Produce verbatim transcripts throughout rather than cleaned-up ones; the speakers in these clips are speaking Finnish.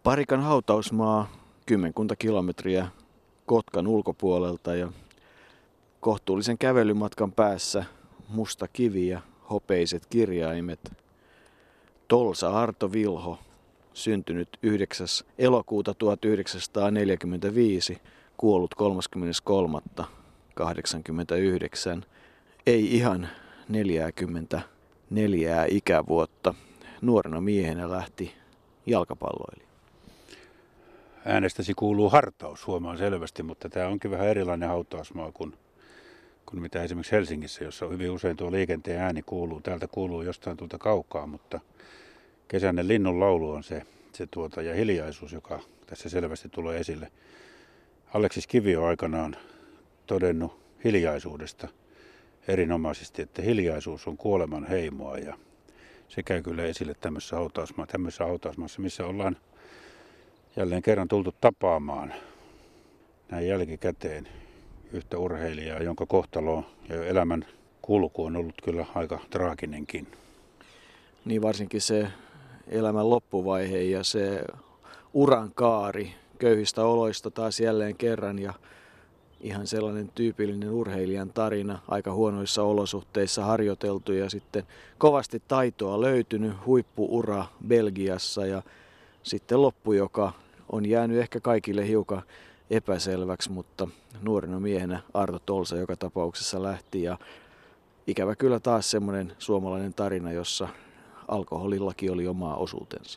Parikan hautausmaa kymmenkunta kilometriä Kotkan ulkopuolelta ja kohtuullisen kävelymatkan päässä musta kivi ja hopeiset kirjaimet. Tolsa Arto Vilho, syntynyt yhdeksäs elokuuta tuhatyhdeksänsataaneljäkymmentäviisi, kuollut kolmaskymmeneskolmas kahdeksankymmentäyhdeksän, ei ihan neljäkymmentäneljä ikävuotta. Nuorena miehenä lähti jalkapalloilija. Äänestäsi kuuluu hartaus, huomaan selvästi, mutta tämä onkin vähän erilainen hautausmaa kuin, kuin mitä esimerkiksi Helsingissä, jossa hyvin usein tuo liikenteen ääni kuuluu. Täältä kuuluu jostain tuolta kaukaa, mutta kesäinen linnun laulu on se, se tuota, ja hiljaisuus, joka tässä selvästi tulee esille. Aleksis Kivio aikanaan todennut hiljaisuudesta erinomaisesti, että hiljaisuus on kuoleman heimoa, ja se käy kyllä esille tämmöisessä hautausmaassa, tämmöisessä hautausmaassa, missä ollaan jälleen kerran tultu tapaamaan näin jälkikäteen yhtä urheilijaa, jonka kohtalo ja elämän kulku on ollut kyllä aika traaginenkin. Niin varsinkin se elämän loppuvaihe ja se uran kaari köyhistä oloista taas jälleen kerran ja ihan sellainen tyypillinen urheilijan tarina, aika huonoissa olosuhteissa harjoiteltu ja sitten kovasti taitoa löytynyt, huippuura Belgiassa ja sitten loppu, joka on jäänyt ehkä kaikille hiukan epäselväksi, mutta nuorena miehenä Arto Tolsa joka tapauksessa lähti ja ikävä kyllä taas semmoinen suomalainen tarina, jossa alkoholillakin oli oma osuutensa.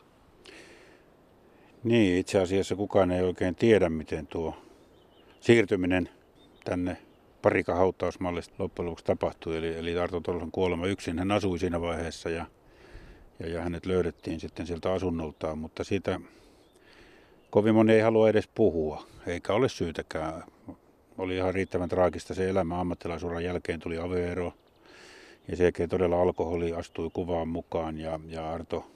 Niin, itse asiassa kukaan ei oikein tiedä, miten tuo siirtyminen tänne Parikan hautausmallista loppujen lopuksi tapahtui. Eli, eli Arto Tolsan kuolema yksin, hän asui siinä vaiheessa ja, ja, ja hänet löydettiin sitten sieltä asunnoltaan, mutta siitä kovin moni ei halua edes puhua, eikä ole syytäkään. Oli ihan riittävän traagista se elämä. Ammattilaisuran jälkeen tuli avioero ja sen jälkeen todella alkoholi astui kuvaan mukaan ja, ja Arto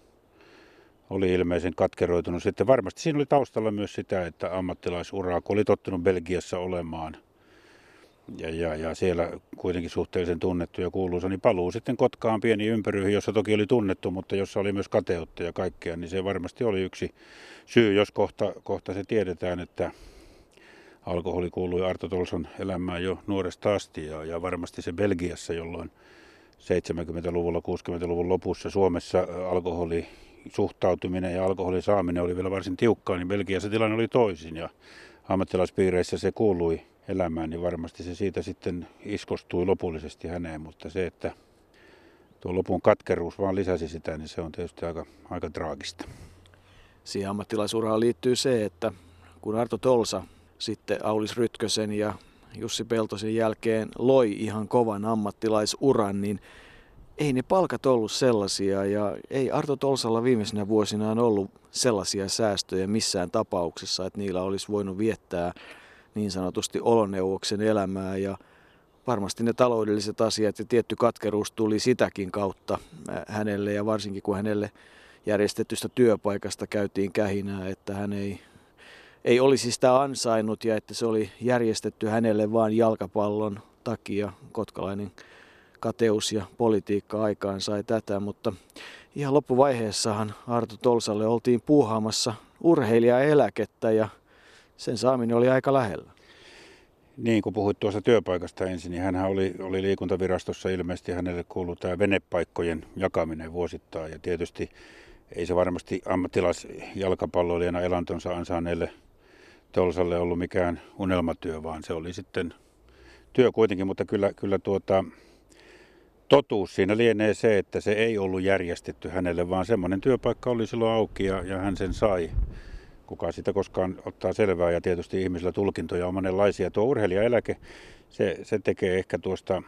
oli ilmeisen katkeroitunut. Sitten varmasti siinä oli taustalla myös sitä, että ammattilaisuraa, kun oli tottunut Belgiassa olemaan ja, ja, ja siellä kuitenkin suhteellisen tunnettu ja kuuluisa, niin paluu sitten Kotkaan pieniin ympäryihin, jossa toki oli tunnettu, mutta jossa oli myös kateutta ja kaikkea, niin se varmasti oli yksi syy, jos kohta, kohta se tiedetään, että alkoholi kuului Arto Tolsan elämään jo nuoresta asti ja, ja varmasti se Belgiassa, jolloin seitsemänkymmentäluvulla, kuusikymmentäluvun lopussa Suomessa alkoholi suhtautuminen ja alkoholin saaminen oli vielä varsin tiukkaa, niin Belgiassa tilanne oli toisin ja ammattilaispiireissä se kuului elämään, niin varmasti se siitä sitten iskostui lopullisesti häneen, mutta se, että tuo lopun katkeruus vaan lisäsi sitä, niin se on tietysti aika, aika traagista. Siihen ammattilaisuraan liittyy se, että kun Arto Tolsa sitten Aulis Rytkösen ja Jussi Peltosen jälkeen loi ihan kovan ammattilaisuran, niin ei ne palkat ollut sellaisia ja ei Arto Tolsalla viimeisinä vuosinaan ollut sellaisia säästöjä missään tapauksessa, että niillä olisi voinut viettää niin sanotusti oloneuvoksen elämää ja varmasti ne taloudelliset asiat ja tietty katkeruus tuli sitäkin kautta hänelle ja varsinkin kun hänelle järjestetystä työpaikasta käytiin kähinää, että hän ei, ei olisi sitä ansainnut ja että se oli järjestetty hänelle vain jalkapallon takia. Kotkalainen kateus ja politiikka aikaan sai tätä, mutta ihan loppuvaiheessahan Arto Tolsalle oltiin puuhaamassa urheilijaeläkettä ja sen saaminen oli aika lähellä. Niin, kun puhuit tuosta työpaikasta ensin, niin hänhän oli, oli liikuntavirastossa ilmeisesti, hänelle kuului tämä venepaikkojen jakaminen vuosittain ja tietysti ei se varmasti ammattilaisjalkapalloilijana elantonsa ansaineelle Tolsalle ollut mikään unelmatyö, vaan se oli sitten työ kuitenkin, mutta kyllä, kyllä tuota, totuus siinä lienee se, että se ei ollut järjestetty hänelle, vaan semmoinen työpaikka oli silloin auki ja, ja hän sen sai. Kuka sitä koskaan ottaa selvää ja tietysti ihmisillä tulkintoja on monenlaisia. Tuo urheilijaeläke, se, se tekee ehkä tuosta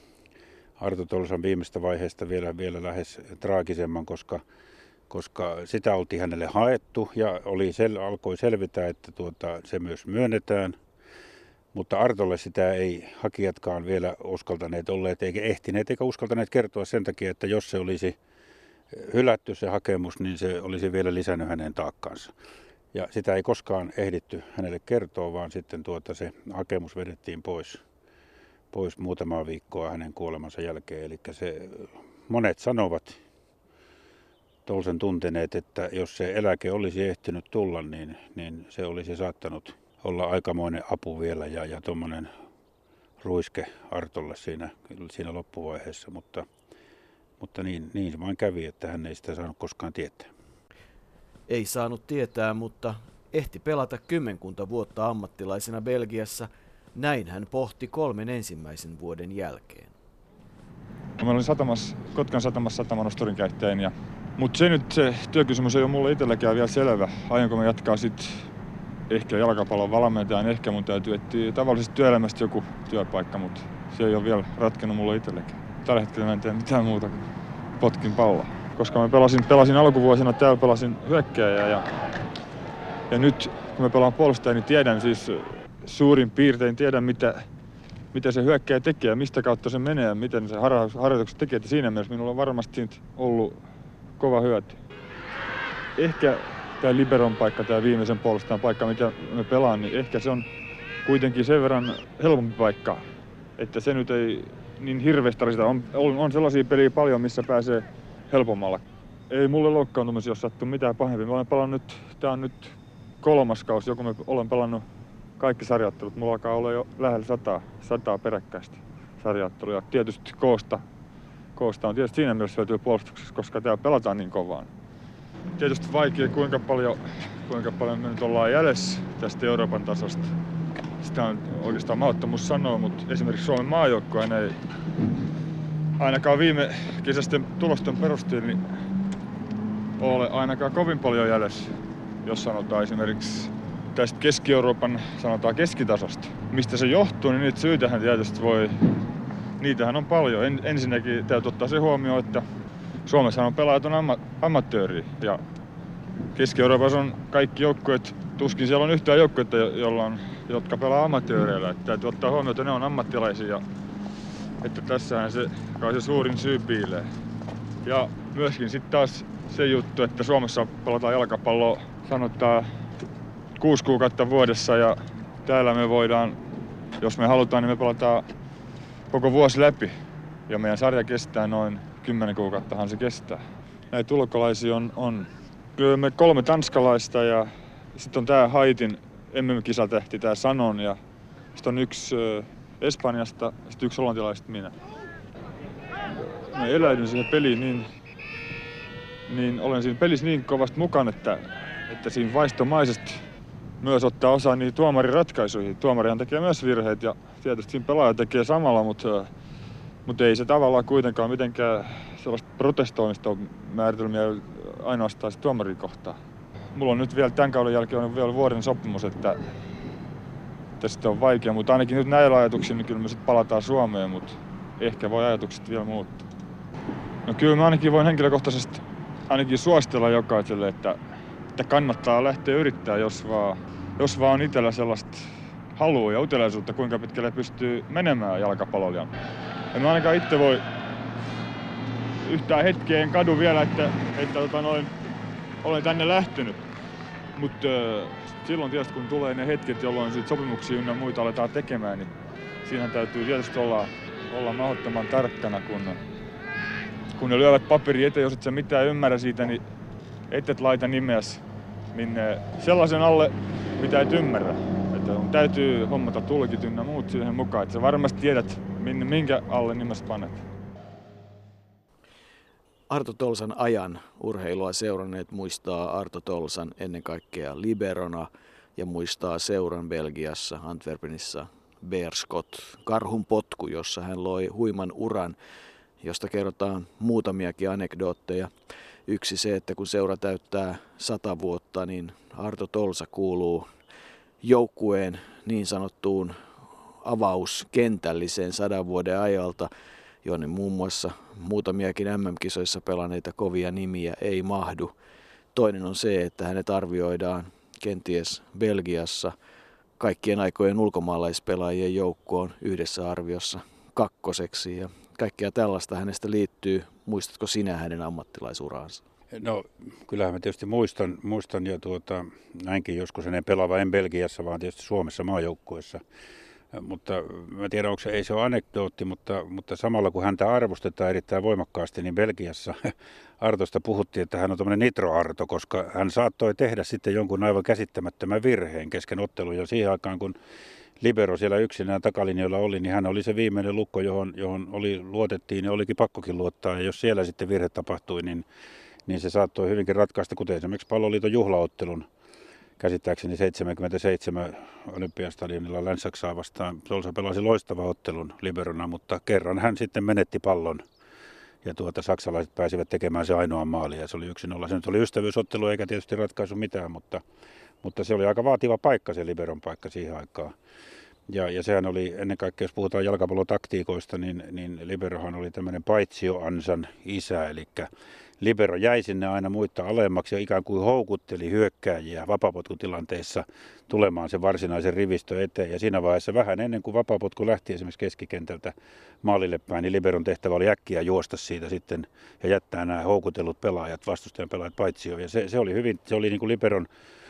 Arto Tolsan viimeistä vaiheesta vielä, vielä lähes traagisemman, koska, koska sitä oltiin hänelle haettu ja oli sel, alkoi selvitä, että tuota, se myös myönnetään. Mutta Artolle sitä ei hakijatkaan vielä uskaltaneet olleet eikä ehtineet eikä uskaltaneet kertoa sen takia, että jos se olisi hylätty se hakemus, niin se olisi vielä lisännyt hänen taakkaansa. Ja sitä ei koskaan ehditty hänelle kertoa, vaan sitten tuota se hakemus vedettiin pois, pois muutamaa viikkoa hänen kuolemansa jälkeen. Eli se, monet sanovat, Tolsan tunteneet, että jos se eläke olisi ehtinyt tulla, niin, niin se olisi saattanut olla aikamoinen apu vielä ja, ja tuommoinen ruiske Artolle siinä, siinä loppuvaiheessa, mutta, mutta niin, niin se vain kävi, että hän ei sitä saanut koskaan tietää. Ei saanut tietää, mutta ehti pelata kymmenkunta vuotta ammattilaisena Belgiassa. Näin hän pohti kolmen ensimmäisen vuoden jälkeen. Mä olin satamassa, Kotkan satamassa satamanosturin käyttäjän, ja, mutta se nyt se työkysymys ei ole mulle itselläkään vielä selvä. Aionko mä jatkaa sitten ehkä jalkapallon valmentajan, ehkä mun täytyy etsiä tavallisesta työelämästä joku työpaikka, mutta se ei ole vielä ratkennut mulle itselläkään. Tällä hetkellä mä en tee mitään muuta kuin potkin palloa. Koska mä pelasin, pelasin alkuvuosina, täällä pelasin hyökkääjää ja, ja nyt kun mä pelaan puolustajaa, niin tiedän siis suurin piirtein tiedän mitä, mitä se hyökkääjä tekee ja mistä kautta se menee ja miten se harjoitukset tekee. Että siinä mielessä minulla on varmasti ollut kova hyöty. Ehkä tämä liberon paikka, tämä viimeisen puolustajan paikka, mitä me pelaan, niin ehkä se on kuitenkin sen verran helpompi paikka, että se nyt ei niin hirveästi ole sitä. On, on sellaisia peliä paljon, missä pääsee helpommalla. Ei mulle loukkaantumisia ole sattu mitään pahempi. Mä olen pelannut nyt, tää on nyt kolmas kausi, joku mä olen pelannut kaikki sarjattelut. Mulla alkaa olla jo lähellä sataa, sataa peräkkäistä sarjattelua. Tietysti koosta, koosta on tietysti siinä mielessä hyötyä puolustuksessa, koska täällä pelataan niin kovaan. Tietysti vaikea, kuinka paljon, kuinka paljon me nyt ollaan jäljessä tästä Euroopan tasosta. Sitä on oikeastaan mahdottomuus sanoa, mutta esimerkiksi Suomen maajoukkueen ei ainakaan viime kesäisten tulosten perusteella niin ole ainakaan kovin paljon jäljessä, jos sanotaan esimerkiksi tästä Keski-Euroopan sanotaan keskitasosta. Mistä se johtuu, niin niitä syytähän tietysti voi, niitähän on paljon. En, ensinnäkin täytyy ottaa se huomioon, että Suomessa on pelaajat on amma, amatööriä ja Keski-Euroopassa on kaikki joukkueet, tuskin siellä on yhtään joukkuetta, jolla on, jotka pelaa amatööreillä. Että täytyy ottaa huomioon, että ne on ammattilaisia. Että tässähän se, kai se suurin syy piilee. Ja myöskin sitten taas se juttu, että Suomessa pelataan jalkapalloa sanotaan kuusi kuukautta vuodessa ja täällä me voidaan, jos me halutaan, niin me pelataan koko vuosi läpi. Ja meidän sarja kestää noin kymmenen kuukauttahan se kestää. Näitä ulkolaisia on, on kyllä me kolme tanskalaista ja sitten on tää Haitin M M-kisatähti, tää Sanon ja sitten on yksi Espanjasta, sitten yksi hollantilaista minä. Mä eläydyn siihen peliin niin, niin olen siinä pelissä niin kovasti mukana, että, että siinä vaistomaisesti myös ottaa osaa niihin tuomarin ratkaisuihin. Tuomarihan tekee myös virheet ja tietysti siinä pelaaja tekee samalla, mutta, mutta ei se tavallaan kuitenkaan mitenkään sellaista protestoimista ole määritelmiä ainoastaan tuomarin kohtaan. Mulla on nyt vielä tämän kauden jälkeen on vielä vuoden sopimus, että tästä on vaikea, mutta ainakin nyt näillä ajatuksilla niin kyllä me sitten palataan Suomeen, mutta ehkä voi ajatukset vielä muuttua. No kyllä mä ainakin voin henkilökohtaisesti ainakin suositella jokaiselle, että, että kannattaa lähteä yrittää, jos vaan, jos vaan on itsellä sellaista halua ja uteliaisuutta, kuinka pitkälle pystyy menemään jalkapallolla. En mä ainakaan itse voi yhtään hetkeen kadu vielä, että, että tota noin, olen tänne lähtenyt. Mutta äh, silloin tietysti kun tulee ne hetket, jolloin sit sopimuksia ynnä muita aletaan tekemään, niin siinä täytyy tietysti olla, olla mahdottoman tarkkana, kun, kun ne lyövät paperi eteen, jos et sä mitään ymmärrä siitä, niin et et laita nimeäsi minne sellaisen alle, mitä et ymmärrä. Että täytyy hommata tulkit ynnä muut siihen mukaan, että sä varmasti tiedät, minne, minkä alle nimessä panet. Arto Tolsan ajan urheilua seuranneet muistaa Arto Tolsan ennen kaikkea liberona ja muistaa seuran Belgiassa, Antwerpenissa, Beerschot, Karhun potku, jossa hän loi huiman uran, josta kerrotaan muutamiakin anekdootteja. Yksi se, että kun seura täyttää sata vuotta, niin Arto Tolsa kuuluu joukkueen niin sanottuun avauskentälliseen sadan vuoden ajalta, jonne muun muassa muutamiakin M M-kisoissa pelanneita kovia nimiä ei mahdu. Toinen on se, että hänet arvioidaan kenties Belgiassa kaikkien aikojen ulkomaalaispelaajien joukkoon yhdessä arviossa kakkoseksi. Ja kaikkea tällaista hänestä liittyy. Muistatko sinä hänen ammattilaisuraansa? No kyllähän mä tietysti muistan, muistan ja tuota, näinkin joskus hänen pelaava en Belgiassa, vaan tietysti Suomessa maajoukkueessa. Mutta mä tiedän, onko se, ei se ole anekdootti, mutta, mutta samalla kun häntä arvostetaan erittäin voimakkaasti, niin Belgiassa Artosta puhuttiin, että hän on tämmöinen Nitro-Arto, koska hän saattoi tehdä sitten jonkun aivan käsittämättömän virheen kesken ottelun. Ja siihen aikaan, kun libero siellä yksinään takalinjoilla oli, niin hän oli se viimeinen lukko, johon, johon oli, luotettiin ja olikin pakkokin luottaa. Ja jos siellä sitten virhe tapahtui, niin, niin se saattoi hyvinkin ratkaista, kuten esimerkiksi Palloliiton juhlaottelun. Käsittääkseni seitsemänkymmentäseitsemän Olympiastadionilla Länsi-Saksaa vastaan. Tolsa pelasi loistavan ottelun liberona, mutta kerran hän sitten menetti pallon. Ja tuota, saksalaiset pääsivät tekemään se ainoa maali ja se oli yksi nolla. Se nyt oli ystävyysottelu eikä tietysti ratkaisu mitään, mutta, mutta se oli aika vaativa paikka, se liberon paikka siihen aikaan. Ja, ja sehän oli ennen kaikkea, jos puhutaan jalkapallotaktiikoista, niin, niin liberohan oli tämmöinen paitsioansan isä, eli libero jäi sinne aina muita alemmaksi ja ikään kuin houkutteli hyökkääjiä vapapotkutilanteissa tulemaan sen varsinaisen rivistön eteen. Ja siinä vaiheessa vähän ennen kuin vapapotku lähti esimerkiksi keskikentältä maalille päin, niin liberon tehtävä oli äkkiä juosta siitä sitten ja jättää nämä houkutellut pelaajat, vastustajan pelaajat paitsioon. Ja se, se oli hyvin, se oli niin kuin liberon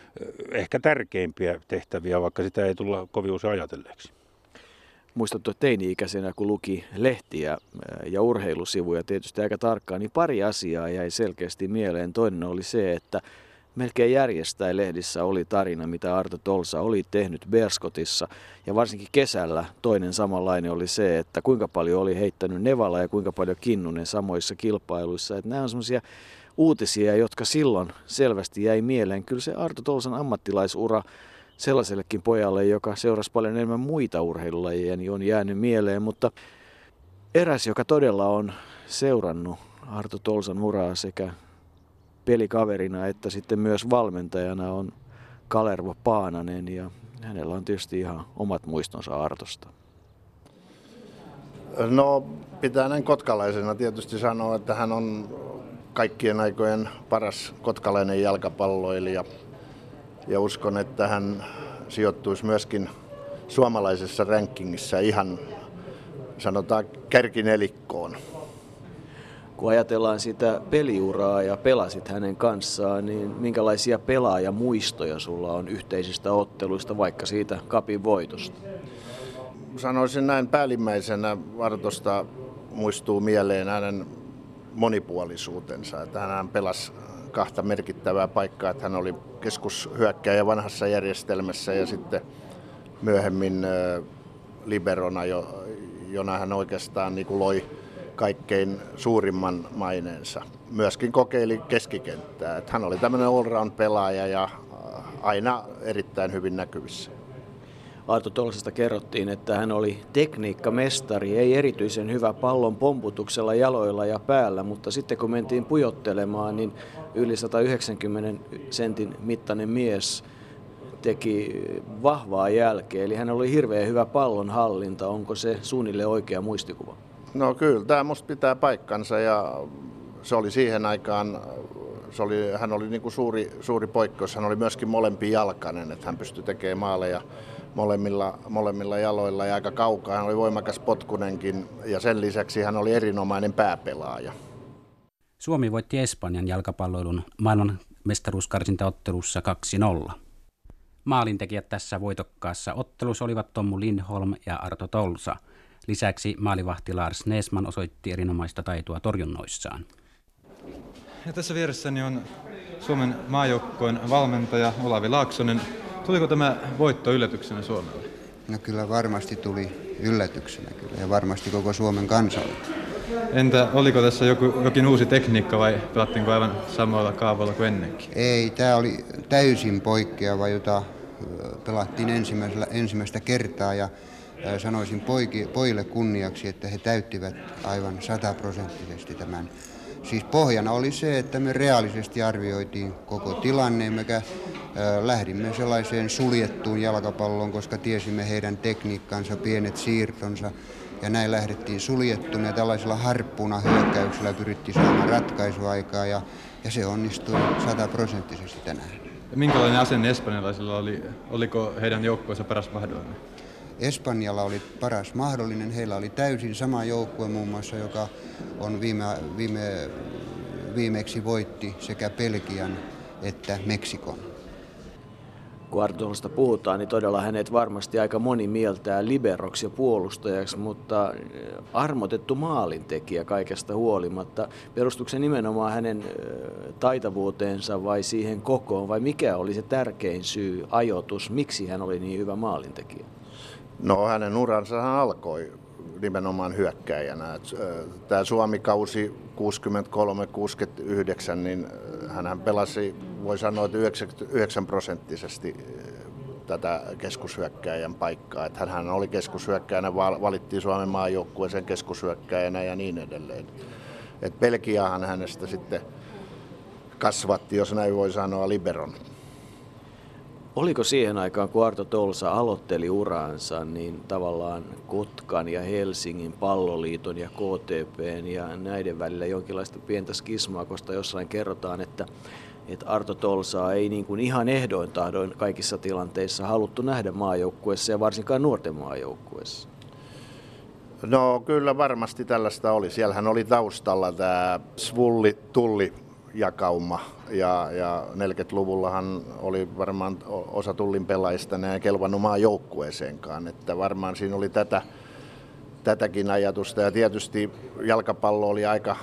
ehkä tärkeimpiä tehtäviä, vaikka sitä ei tulla kovin usein ajatelleeksi. Muistattu teini-ikäisenä, kun luki lehtiä ja urheilusivuja tietysti aika tarkkaan, niin pari asiaa jäi selkeästi mieleen. Toinen oli se, että melkein järjestäen lehdissä oli tarina, mitä Arto Tolsa oli tehnyt Beerskotissa. Ja varsinkin kesällä toinen samanlainen oli se, että kuinka paljon oli heittänyt Nevala ja kuinka paljon Kinnunen samoissa kilpailuissa. Että nämä on semmoisia uutisia, jotka silloin selvästi jäi mieleen. Kyllä se Arto Tolsan ammattilaisura sellaisellekin pojalle, joka seurasi paljon enemmän muita urheilulajeja, niin on jäänyt mieleen. Mutta eräs, joka todella on seurannut Arto Tolsan uraa sekä pelikaverina että sitten myös valmentajana, on Kalervo Paananen, ja hänellä on tietysti ihan omat muistonsa Artosta. No, pitää näin kotkalaisena tietysti sanoa, että hän on kaikkien aikojen paras kotkalainen jalkapalloilija. Ja uskon, että hän sijoittuisi myöskin suomalaisessa rankingissa ihan, sanotaan, kärkinelikkoon. Kun ajatellaan sitä peliuraa ja pelasit hänen kanssaan, niin minkälaisia pelaajamuistoja sulla on yhteisistä otteluista, vaikka siitä Cupin voitosta? Sanoisin näin päällimmäisenä Artosta muistuu mieleen hänen monipuolisuutensa, että hän pelasi kahta merkittävää paikkaa, että hän oli keskushyökkääjä vanhassa järjestelmässä ja sitten myöhemmin liberona, jo, jona hän oikeastaan niin kuin loi kaikkein suurimman maineensa. Myöskin kokeili keskikenttää. Että hän oli tämmöinen all-round-pelaaja ja aina erittäin hyvin näkyvissä. Arto Tolsasta kerrottiin, että hän oli tekniikkamestari, ei erityisen hyvä pallon pomputuksella jaloilla ja päällä, mutta sitten kun mentiin pujottelemaan, niin yli sata yhdeksänkymmentä sentin mittainen mies teki vahvaa jälkeä. Eli hän oli hirveän hyvä pallonhallinta. Onko se suunnilleen oikea muistikuva? No kyllä, tämä musta pitää paikkansa ja se oli siihen aikaan, se oli, hän oli niin kuin suuri, suuri poikkeus. Hän oli myöskin molempijalkainen, että hän pystyi tekemään maaleja molemmilla, molemmilla jaloilla ja aika kaukaa. Hän oli voimakas potkunenkin ja sen lisäksi hän oli erinomainen pääpelaaja. Suomi voitti Espanjan jalkapalloilun maailman mestaruuskarsintaottelussa kaksi nolla. Maalintekijät tässä voitokkaassa ottelussa olivat Tommu Lindholm ja Arto Tolsa. Lisäksi maalivahti Lars Nesman osoitti erinomaista taitoa torjunnoissaan. Ja tässä vieressäni on Suomen maajoukkojen valmentaja Olavi Laaksonen. Tuliko tämä voitto yllätyksenä Suomelle? No kyllä varmasti tuli yllätyksenä kyllä ja varmasti koko Suomen kansalle. Entä oliko tässä joku, jokin uusi tekniikka vai pelattiinko aivan samoilla kaavoilla kuin ennenkin? Ei, tämä oli täysin poikkeava, jota pelattiin ensimmäistä kertaa ja sanoisin poiki, pojille kunniaksi, että he täyttivät aivan sataprosenttisesti tämän. Siis pohjana oli se, että me reaalisesti arvioitiin koko tilanne, emmekä lähdimme sellaiseen suljettuun jalkapalloon, koska tiesimme heidän tekniikkansa, pienet siirtonsa. Ja näin lähdettiin suljettuun ja tällaisella harppuna hyökkäyksellä pyrittiin saamaan ratkaisuaikaa ja, ja se onnistui sataprosenttisesti tänään. Ja minkälainen asenne espanjalaisilla oli? Oliko heidän joukkueensa paras mahdollinen? Espanjalla oli paras mahdollinen. Heillä oli täysin sama joukkue muun muassa, joka on viime, viime, viimeksi voitti sekä Belgian että Meksikon. kun Arto Tolsasta puhutaan, niin todella hänet varmasti aika moni mieltää liberoksi ja puolustajaksi, mutta armotettu maalintekijä kaikesta huolimatta. Perustuuko se nimenomaan hänen taitavuuteensa vai siihen kokoon, vai mikä oli se tärkein syy, ajoitus, miksi hän oli niin hyvä maalintekijä? No hänen uransa alkoi nimenomaan hyökkäjänä. Tämä Suomi-kausi kuusikymmentäkolme kuusikymmentäyhdeksän, niin hän pelasi, voi sanoa, että yhdeksänkymmentäyhdeksän prosenttisesti tätä keskushyökkäjän paikkaa. Että hän oli keskushyökkäjänä, valittiin Suomen maajoukkueeseen keskushyökkäjänä ja niin edelleen. Et Belgiahan hänestä sitten kasvatti, jos näin voi sanoa, liberon. Oliko siihen aikaan, kun Arto Tolsa aloitteli uraansa, niin tavallaan Kotkan ja Helsingin palloliiton ja K T P:n ja näiden välillä jonkinlaista pientä skismaa, koska jossain kerrotaan, että, että Arto Tolsaa ei niin kuin ihan ehdoin tahdoin kaikissa tilanteissa haluttu nähdä maajoukkueessa ja varsinkaan nuorten maajoukkueessa? No kyllä varmasti tällaista oli. Siellähän oli taustalla tämä Svulli-Tulli jakauma ja, ja neljäkymmentäluvullahan oli varmaan osa Tullin pelaajista ne ei kelvannut maajoukkueeseenkaan, että varmaan siinä oli tätä, tätäkin ajatusta ja tietysti jalkapallo oli aika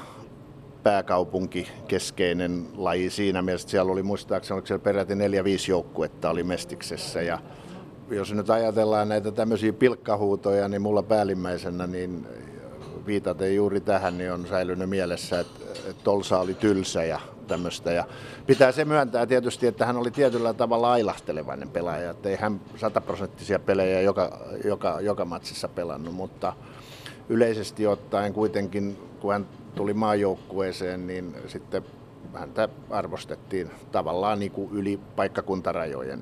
pääkaupunkikeskeinen laji siinä mielessä, että siellä oli muistaakseni oliko siellä peräti neljä viisi joukkuetta oli Mestiksessä ja jos nyt ajatellaan näitä tämmöisiä pilkkahuutoja, niin mulla päällimmäisenä niin viitaten juuri tähän, niin on säilynyt mielessä, että, että Tolsa oli tylsä ja tämmöistä. Ja pitää se myöntää tietysti, että hän oli tietyllä tavalla ailahtelevainen pelaaja, että ei hän sataprosenttisia pelejä joka, joka, joka matsissa pelannut, mutta yleisesti ottaen kuitenkin, kun hän tuli maajoukkueeseen, niin sitten häntä arvostettiin tavallaan niin kuin yli paikkakuntarajojen.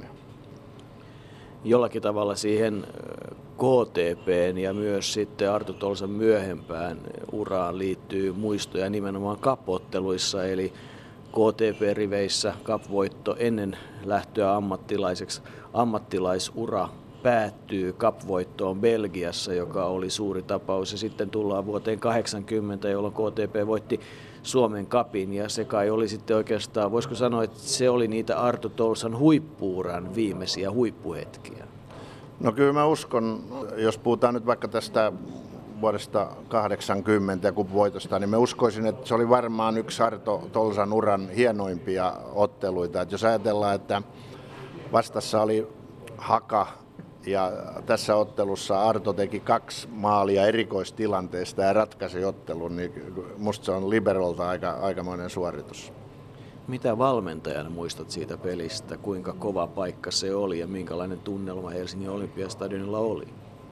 Jollakin tavalla siihen K T P:n ja myös sitten Arto Tolsan myöhempään uraan liittyy muistoja nimenomaan cup-otteluissa, eli K T P-riveissä cup-voitto ennen lähtöä ammattilaiseksi. Ammattilaisura päättyy cup-voittoon Belgiassa, joka oli suuri tapaus, ja sitten tullaan vuoteen kahdeksankymmentä, jolloin K T P voitti Suomen cupin, ja se kai oli sitten oikeastaan, voisiko sanoa, että se oli niitä Arto Tolsan huippu-uran viimeisiä huippuhetkiä? No kyllä mä uskon, jos puhutaan nyt vaikka tästä vuodesta kahdeksankymmentä kun voitosta, niin mä uskoisin, että se oli varmaan yksi Arto Tolsan uran hienoimpia otteluita. Että jos ajatellaan, että vastassa oli Haka ja tässä ottelussa Arto teki kaksi maalia erikoistilanteesta ja ratkaisi ottelun, niin musta se on liberolta aika, aikamoinen suoritus. Mitä valmentajana muistat siitä pelistä? Kuinka kova paikka se oli ja minkälainen tunnelma Helsingin Olympiastadionilla oli?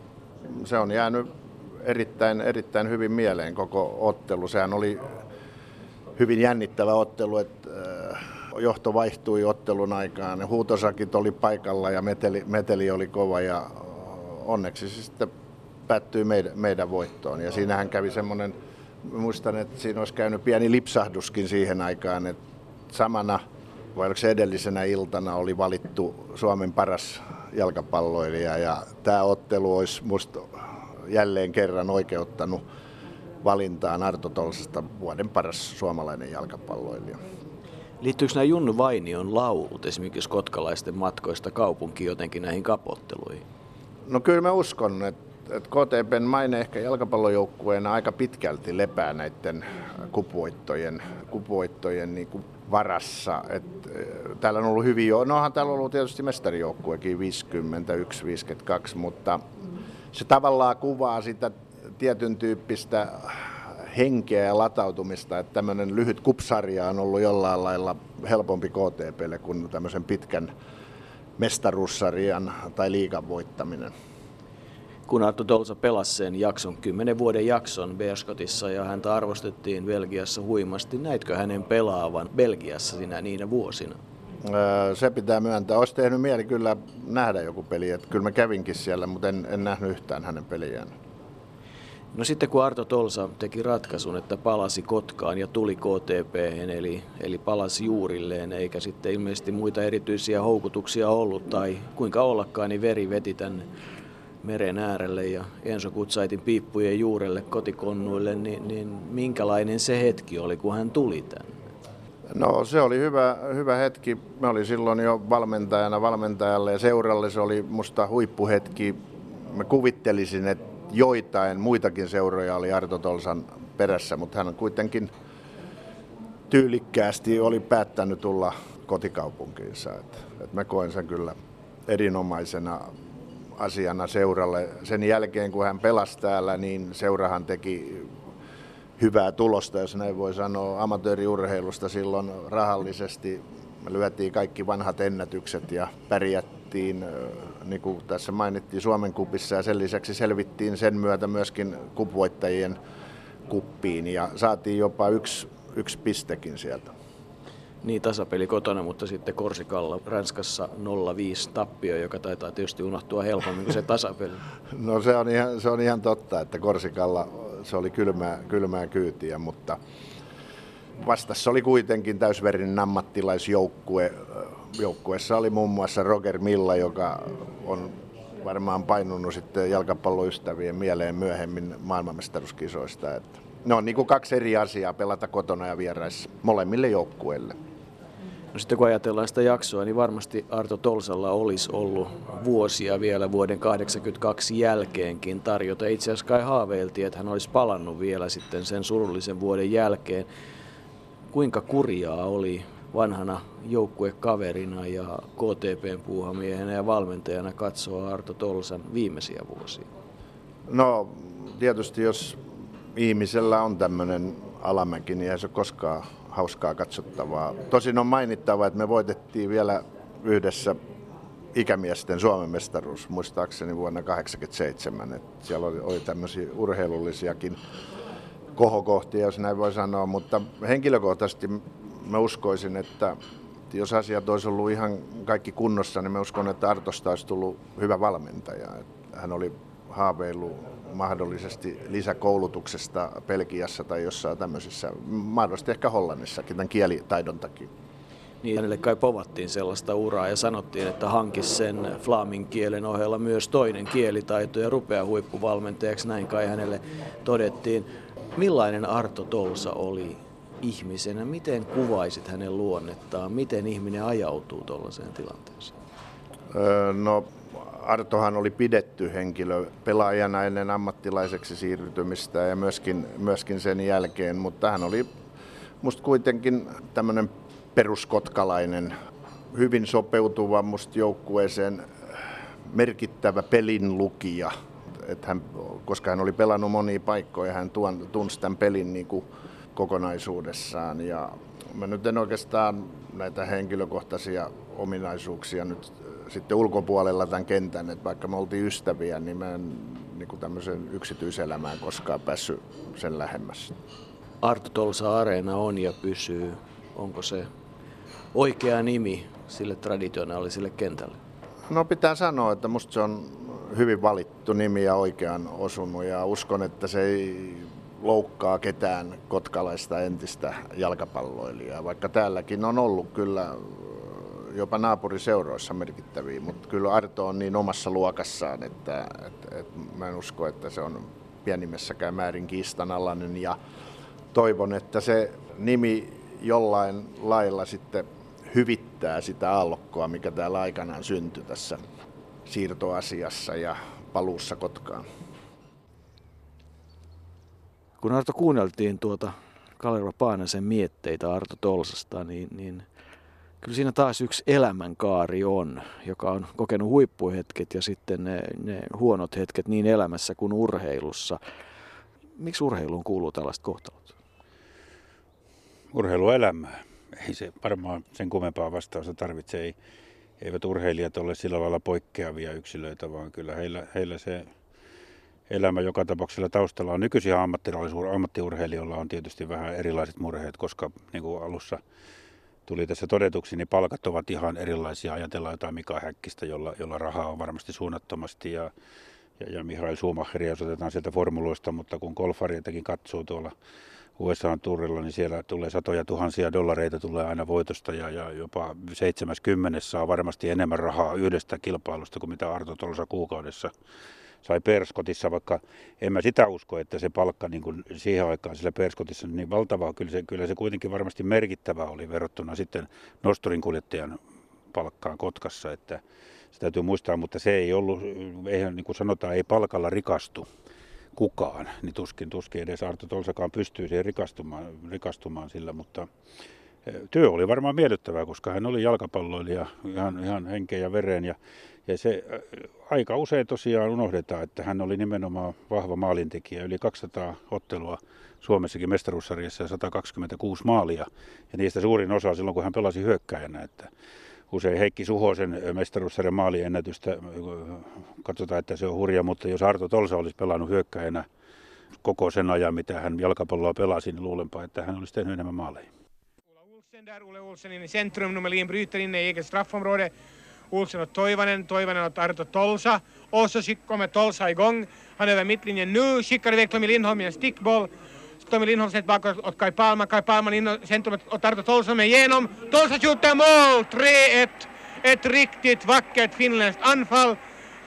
Se on jäänyt erittäin, erittäin hyvin mieleen koko ottelu. Sehän oli hyvin jännittävä ottelu, että johto vaihtui ottelun aikaan. Huutosakit oli paikalla ja meteli, meteli oli kova ja onneksi se sitten päättyi meidän, meidän voittoon. Ja siinähän kävi semmoinen, muistan, että siinä olisi käynyt pieni lipsahduskin siihen aikaan, että samana, vai oliko se edellisenä iltana, oli valittu Suomen paras jalkapalloilija ja tämä ottelu olisi musta jälleen kerran oikeuttanut valintaan Arto Tolsasta vuoden paras suomalainen jalkapalloilija. Liittyykö nämä Junnu Vainion laulut esimerkiksi kotkalaisten matkoista kaupunkiin jotenkin näihin kapotteluihin? No kyllä mä uskon, että, että K T P:n maine ehkä jalkapallojoukkueena aika pitkälti lepää näiden kupuoittojen, kupuoittojen niin kuin varassa. Et, täällä on ollut hyvin jo, nohan täällä on ollut tietysti mestarijoukkuekin viisikymmentäyksi viisikymmentäkaksi, mutta se tavallaan kuvaa sitä tietyn tyyppistä henkeä ja latautumista, että tämmöinen lyhyt kupsarja on ollut jollain lailla helpompi K T P:lle kuin tämmöisen pitkän mestaruussarjan tai liigan voittaminen. Kun Arto Tolsa pelasi sen jakson, kymmenen vuoden jakson Beerschotissa ja häntä arvostettiin Belgiassa huimasti, näitkö hänen pelaavan Belgiassa sinä niinä vuosina? Se pitää myöntää. Olisi tehnyt mieli kyllä nähdä joku peli. Että kyllä mä kävinkin siellä, mutta en, en nähnyt yhtään hänen peliään. No sitten kun Arto Tolsa teki ratkaisun, että palasi Kotkaan ja tuli K T P:hen, eli, eli palasi juurilleen, eikä sitten ilmeisesti muita erityisiä houkutuksia ollut, tai kuinka ollakaan, niin veri veti tänne meren äärelle ja Enso Kutsaitin piippujen juurelle kotikonnuille, niin, niin minkälainen se hetki oli, kun hän tuli tänne? No se oli hyvä, hyvä hetki. Mä olin silloin jo valmentajana valmentajalle ja seuralle. Se oli musta huippuhetki. Mä kuvittelisin, että joitain muitakin seuroja oli Arto Tolsan perässä, mutta hän kuitenkin tyylikkäästi oli päättänyt tulla kotikaupunkiinsa. Et, et mä koen sen kyllä erinomaisena asiana seuralle. Sen jälkeen kun hän pelasi täällä, niin seurahan teki hyvää tulosta, jos näin voi sanoa, amatööriurheilusta silloin rahallisesti. Me lyötiin kaikki vanhat ennätykset ja pärjättiin, niin kuin tässä mainittiin, Suomen kupissa ja sen lisäksi selvittiin sen myötä myöskin kupvoittajien kuppiin ja saatiin jopa yksi, yksi pistekin sieltä. Niin, tasapeli kotona, mutta sitten Korsikalla Ranskassa nolla viisi tappio, joka taitaa tietysti unohtua helpommin kuin se tasapeli. No se on ihan, se on ihan totta, että Korsikalla se oli kylmää, kylmää kyytiä, mutta vastassa oli kuitenkin täysverinen ammattilaisjoukkue. Joukkueessa oli muun muassa Roger Milla, joka on varmaan painunut sitten jalkapalloystävien mieleen myöhemmin maailmanmestaruuskisoista. Että ne on niin kuin kaksi eri asiaa, pelata kotona ja vieraissa molemmille joukkueille. No sitten kun ajatellaan sitä jaksoa, niin varmasti Arto Tolsalla olisi ollut vuosia vielä vuoden kahdeksankymmentäkaksi jälkeenkin tarjota. Itse asiassa kai haaveiltiin, että hän olisi palannut vielä sitten sen surullisen vuoden jälkeen. Kuinka kurjaa oli vanhana joukkuekaverina ja K T P:n puuhamiehenä ja valmentajana katsoa Arto Tolsan viimeisiä vuosia? No tietysti jos ihmisellä on tämmöinen alamäki, niin eihän se ole koskaan hauskaa katsottavaa. Tosin on mainittava, että me voitettiin vielä yhdessä ikämiesten Suomen mestaruus, muistaakseni vuonna tuhatyhdeksänsataakahdeksankymmentäseitsemän. Että siellä oli, oli tämmöisiä urheilullisiakin kohokohtia, jos näin voi sanoa, mutta henkilökohtaisesti mä uskoisin, että jos asiat olisi ollut ihan kaikki kunnossa, niin mä uskon, että Artosta olisi tullut hyvä valmentaja. Hän oli haaveillut mahdollisesti lisäkoulutuksesta Belgiassa tai jossain tämmöisissä, mahdollisesti ehkä Hollannissakin tämän kielitaidon takia. Niin, hänelle kai povattiin sellaista uraa ja sanottiin, että hankisi sen flaamin kielen ohella myös toinen kielitaito ja rupeaa huippuvalmentajaksi, näin kai hänelle todettiin. Millainen Arto Tolsa oli ihmisenä? Miten kuvaisit hänen luonnettaan? Miten ihminen ajautuu tuollaiseen tilanteeseen? Öö, no Artohan oli pidetty henkilö pelaajana ennen ammattilaiseksi siirtymistä ja myöskin, myöskin sen jälkeen, mutta hän oli musta kuitenkin tämmöinen peruskotkalainen, hyvin sopeutuva musta joukkueeseen merkittävä pelinlukija. Että hän, koska hän oli pelannut monia paikkoja, hän tuon, tunsi tämän pelin niin kuin kokonaisuudessaan. Ja mä nyt en oikeastaan näitä henkilökohtaisia ominaisuuksia nyt sitten ulkopuolella tämän kentän, että vaikka me oltiin ystäviä, niin mä en niin kuin tämmöisen yksityiselämään koskaan päässyt sen lähemmäs. Arto Tolsa Areena on ja pysyy. Onko se oikea nimi sille traditionaaliselle kentälle? No pitää sanoa, että musta se on hyvin valittu nimi ja oikean osunut ja uskon, että se ei loukkaa ketään kotkalaista entistä jalkapalloilijaa, vaikka täälläkin on ollut kyllä jopa naapuriseuroissa merkittäviä, mutta kyllä Arto on niin omassa luokassaan, että, että, että mä en usko, että se on pienimmässäkään määrin kiistanalainen ja toivon, että se nimi jollain lailla sitten hyvittää sitä aallokkoa, mikä täällä aikanaan syntyi tässä siirtoasiassa ja paluussa Kotkaan. Kun Arto kuunneltiin tuota Kalerva Paanasen mietteitä Arto Tolsasta, niin, niin kyllä siinä taas yksi elämänkaari on, joka on kokenut huippuhetket ja sitten ne, ne huonot hetket niin elämässä kuin urheilussa. Miksi urheiluun kuuluu tällaista kohtalot? Urheiluelämää. Ei se varmaan sen kummempaa vastausta tarvitse. Ei, eivät urheilijat ole sillä lailla poikkeavia yksilöitä, vaan kyllä heillä, heillä se elämä joka tapauksella taustalla on. Nykyisiä ammattiurheilijoilla on tietysti vähän erilaiset murheet, koska niin kuin alussa tuli tässä todetuksi, niin palkat ovat ihan erilaisia. Ajatellaan jotain Mika Häkkistä, jolla, jolla rahaa on varmasti suunnattomasti ja, ja, ja Michael Schumacheria, jos otetaan sieltä formuloista, mutta kun golfariitakin katsoo tuolla U S A-turilla, niin siellä tulee satoja tuhansia dollareita tulee aina voitosta ja, ja jopa seitsemänkymmentä saa varmasti enemmän rahaa yhdestä kilpailusta kuin mitä Arto Tolsa kuukaudessa sai Perskotissa, vaikka en mä sitä usko, että se palkka niin kuin siihen aikaan sillä Perskotissa niin valtavaa, kyllä se, kyllä se kuitenkin varmasti merkittävää oli verrattuna sitten nosturinkuljettajan palkkaan Kotkassa, että se täytyy muistaa, mutta se ei ollut, eihän niin kuin sanotaan, ei palkalla rikastu kukaan, niin tuskin, tuskin edes Arto Tolsakaan pystyy siihen rikastumaan, rikastumaan sillä, mutta työ oli varmaan miellyttävää, koska hän oli jalkapalloilija ihan, ihan henkeen ja vereen ja, ja se aika usein tosiaan unohdetaan, että hän oli nimenomaan vahva maalintekijä, yli kaksisataa ottelua Suomessakin mestaruussarjassa ja sata kaksikymmentäkuusi maalia ja niistä suurin osa silloin, kun hän pelasi hyökkäjänä, että usein Heikki Suhosen mestaruussarjan maaliennätystä katsotaan, että se on hurja, mutta jos Arto Tolsa olisi pelannut hyökkäjänä koko sen ajan, mitä hän jalkapalloa pelasi, niin luulenpa, että hän olisi tehnyt enemmän maaleja. Olsen där, Olle Olsen in i centrum, Numelin bryter in i eget straffområde. Olsen och Toivonen, Toivonen och Arto Tolsa. Och så kommer Tolsa igång. Han är över mittlinjen nu, skickar iväg Tommy Lindholm i en stickboll. Tommy Lindholm sätter bakåt åt Kai Palma, Kai Palma in i centrum och Arto Tolsa med igenom. Tolsa skjuter mål, tre ett. Ett riktigt vackert finländskt anfall.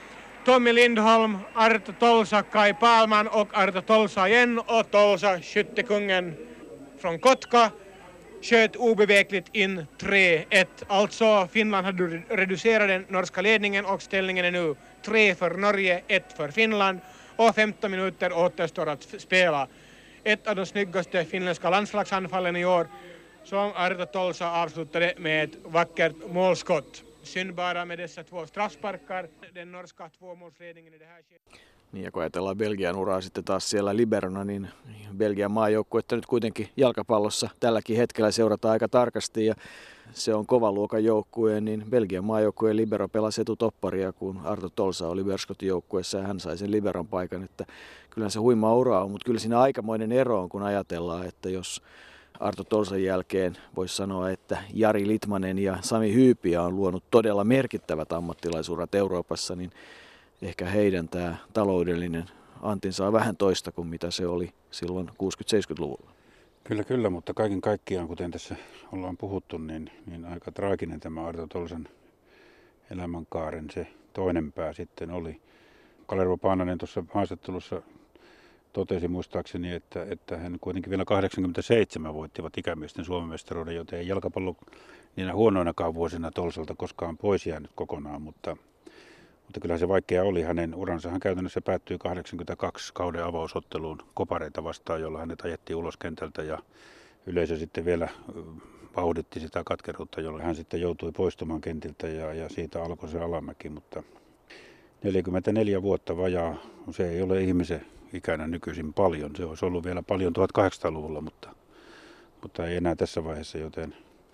Tommy Lindholm, Arto Tolsa, Kai Palman och Arto Tolsa igen. Och Tolsa, skyttekungen från Kotka, sköt obevekligt in tre ett. Alltså Finland hade reducerat den norska ledningen och ställningen är nu tre för Norge, ett för Finland och femton minuter återstår att spela. Ett av de snyggaste finländska landslagsanfallen i år som Arto Tolsa avslutade med ett vackert målskott. Synd bara med dessa två straffsparkar. Den norska tvåmålsledningen i det här skedet. Niin, ja kun ajatellaan Belgian uraa sitten taas siellä liberona, niin Belgian maajoukkuetta nyt kuitenkin jalkapallossa tälläkin hetkellä seurataan aika tarkasti ja se on kovan luokan joukkue, niin Belgian maajoukkueen libero pelasi etutopparia, kun Arto Tolsa oli Verskotin joukkueessa ja hän sai sen liberon paikan, että kyllä se huima ura on, mutta kyllä siinä aikamoinen ero on, kun ajatellaan, että jos Arto Tolsan jälkeen voisi sanoa, että Jari Litmanen ja Sami Hyypiä on luonut todella merkittävät ammattilaisurat Euroopassa, niin ehkä heidän tämä taloudellinen antinsa on vähän toista kuin mitä se oli silloin kuusikymmentä-seitsemänkymmentäluvulla. Kyllä, kyllä, mutta kaiken kaikkiaan, kuten tässä ollaan puhuttu, niin, niin aika traaginen tämä Arto Tolsan elämänkaaren se toinen pää sitten oli. Kalervo Paananen tuossa haastattelussa totesi muistaakseni, että, että hän kuitenkin vielä kahdeksankymmentäseitsemän voittivat ikämiesten Suomen mestaruuden, joten ei jalkapallo niinä huonoinakaan vuosina Tolsalta koskaan pois jäänyt kokonaan, mutta Mutta kyllä se vaikea oli. Hänen uransahan käytännössä päättyi kahdeksankymmentäkaksi kauden avausotteluun Kopareita vastaan, jolla hänet ajettiin ulos kentältä ja yleisö sitten vielä vauhditti sitä katkeruutta, jolla hän sitten joutui poistumaan kentiltä ja, ja siitä alkoi se alamäki. Mutta neljäkymmentäneljä vuotta vajaa, se ei ole ihmisen ikänä nykyisin paljon. Se olisi ollut vielä paljon tuhatkahdeksansataaluvulla, mutta, mutta ei enää tässä vaiheessa, joten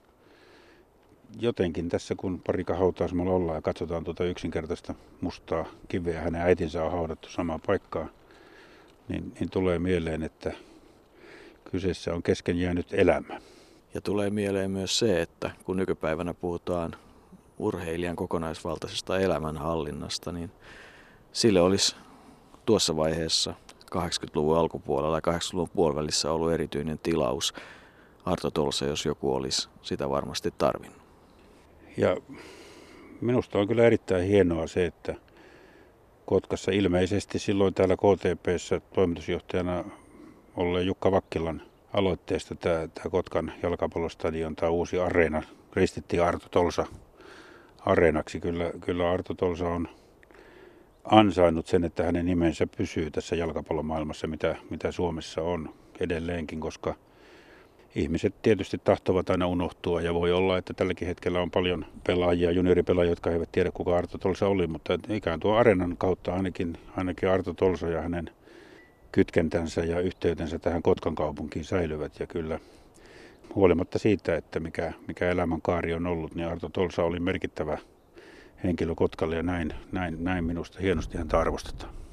jotenkin tässä, kun Parika hautausmaalla ollaan ja katsotaan tuota yksinkertaista mustaa kiveä, hänen äitinsä on haudattu samaan paikkaan, niin, niin tulee mieleen, että kyseessä on kesken jäänyt elämä. Ja tulee mieleen myös se, että kun nykypäivänä puhutaan urheilijan kokonaisvaltaisesta elämänhallinnasta, niin sille olisi tuossa vaiheessa kahdeksankymmentäluvun alkupuolella ja kahdeksankymmentäluvun puolivälissä ollut erityinen tilaus. Arto Tolsa, jos joku olisi sitä varmasti tarvinnut. Ja minusta on kyllä erittäin hienoa se, että Kotkassa ilmeisesti silloin täällä K T P:ssä toimitusjohtajana olleen Jukka Vakkilan aloitteesta tämä, tämä Kotkan jalkapallostadion, tämä uusi areena, ristittiin Arto Tolsa areenaksi. Kyllä, kyllä Arto Tolsa on ansainnut sen, että hänen nimensä pysyy tässä jalkapallomaailmassa, mitä, mitä Suomessa on edelleenkin, koska ihmiset tietysti tahtovat aina unohtua ja voi olla, että tälläkin hetkellä on paljon pelaajia, junioripelaajia, jotka eivät tiedä kuka Arto Tolsa oli, mutta ikään tuon areenan kautta ainakin, ainakin Arto Tolsa ja hänen kytkentänsä ja yhteytensä tähän Kotkan kaupunkiin säilyvät. Ja kyllä huolimatta siitä, että mikä, mikä elämänkaari on ollut, niin Arto Tolsa oli merkittävä henkilö Kotkalle ja näin, näin, näin minusta hienosti häntä arvostetaan.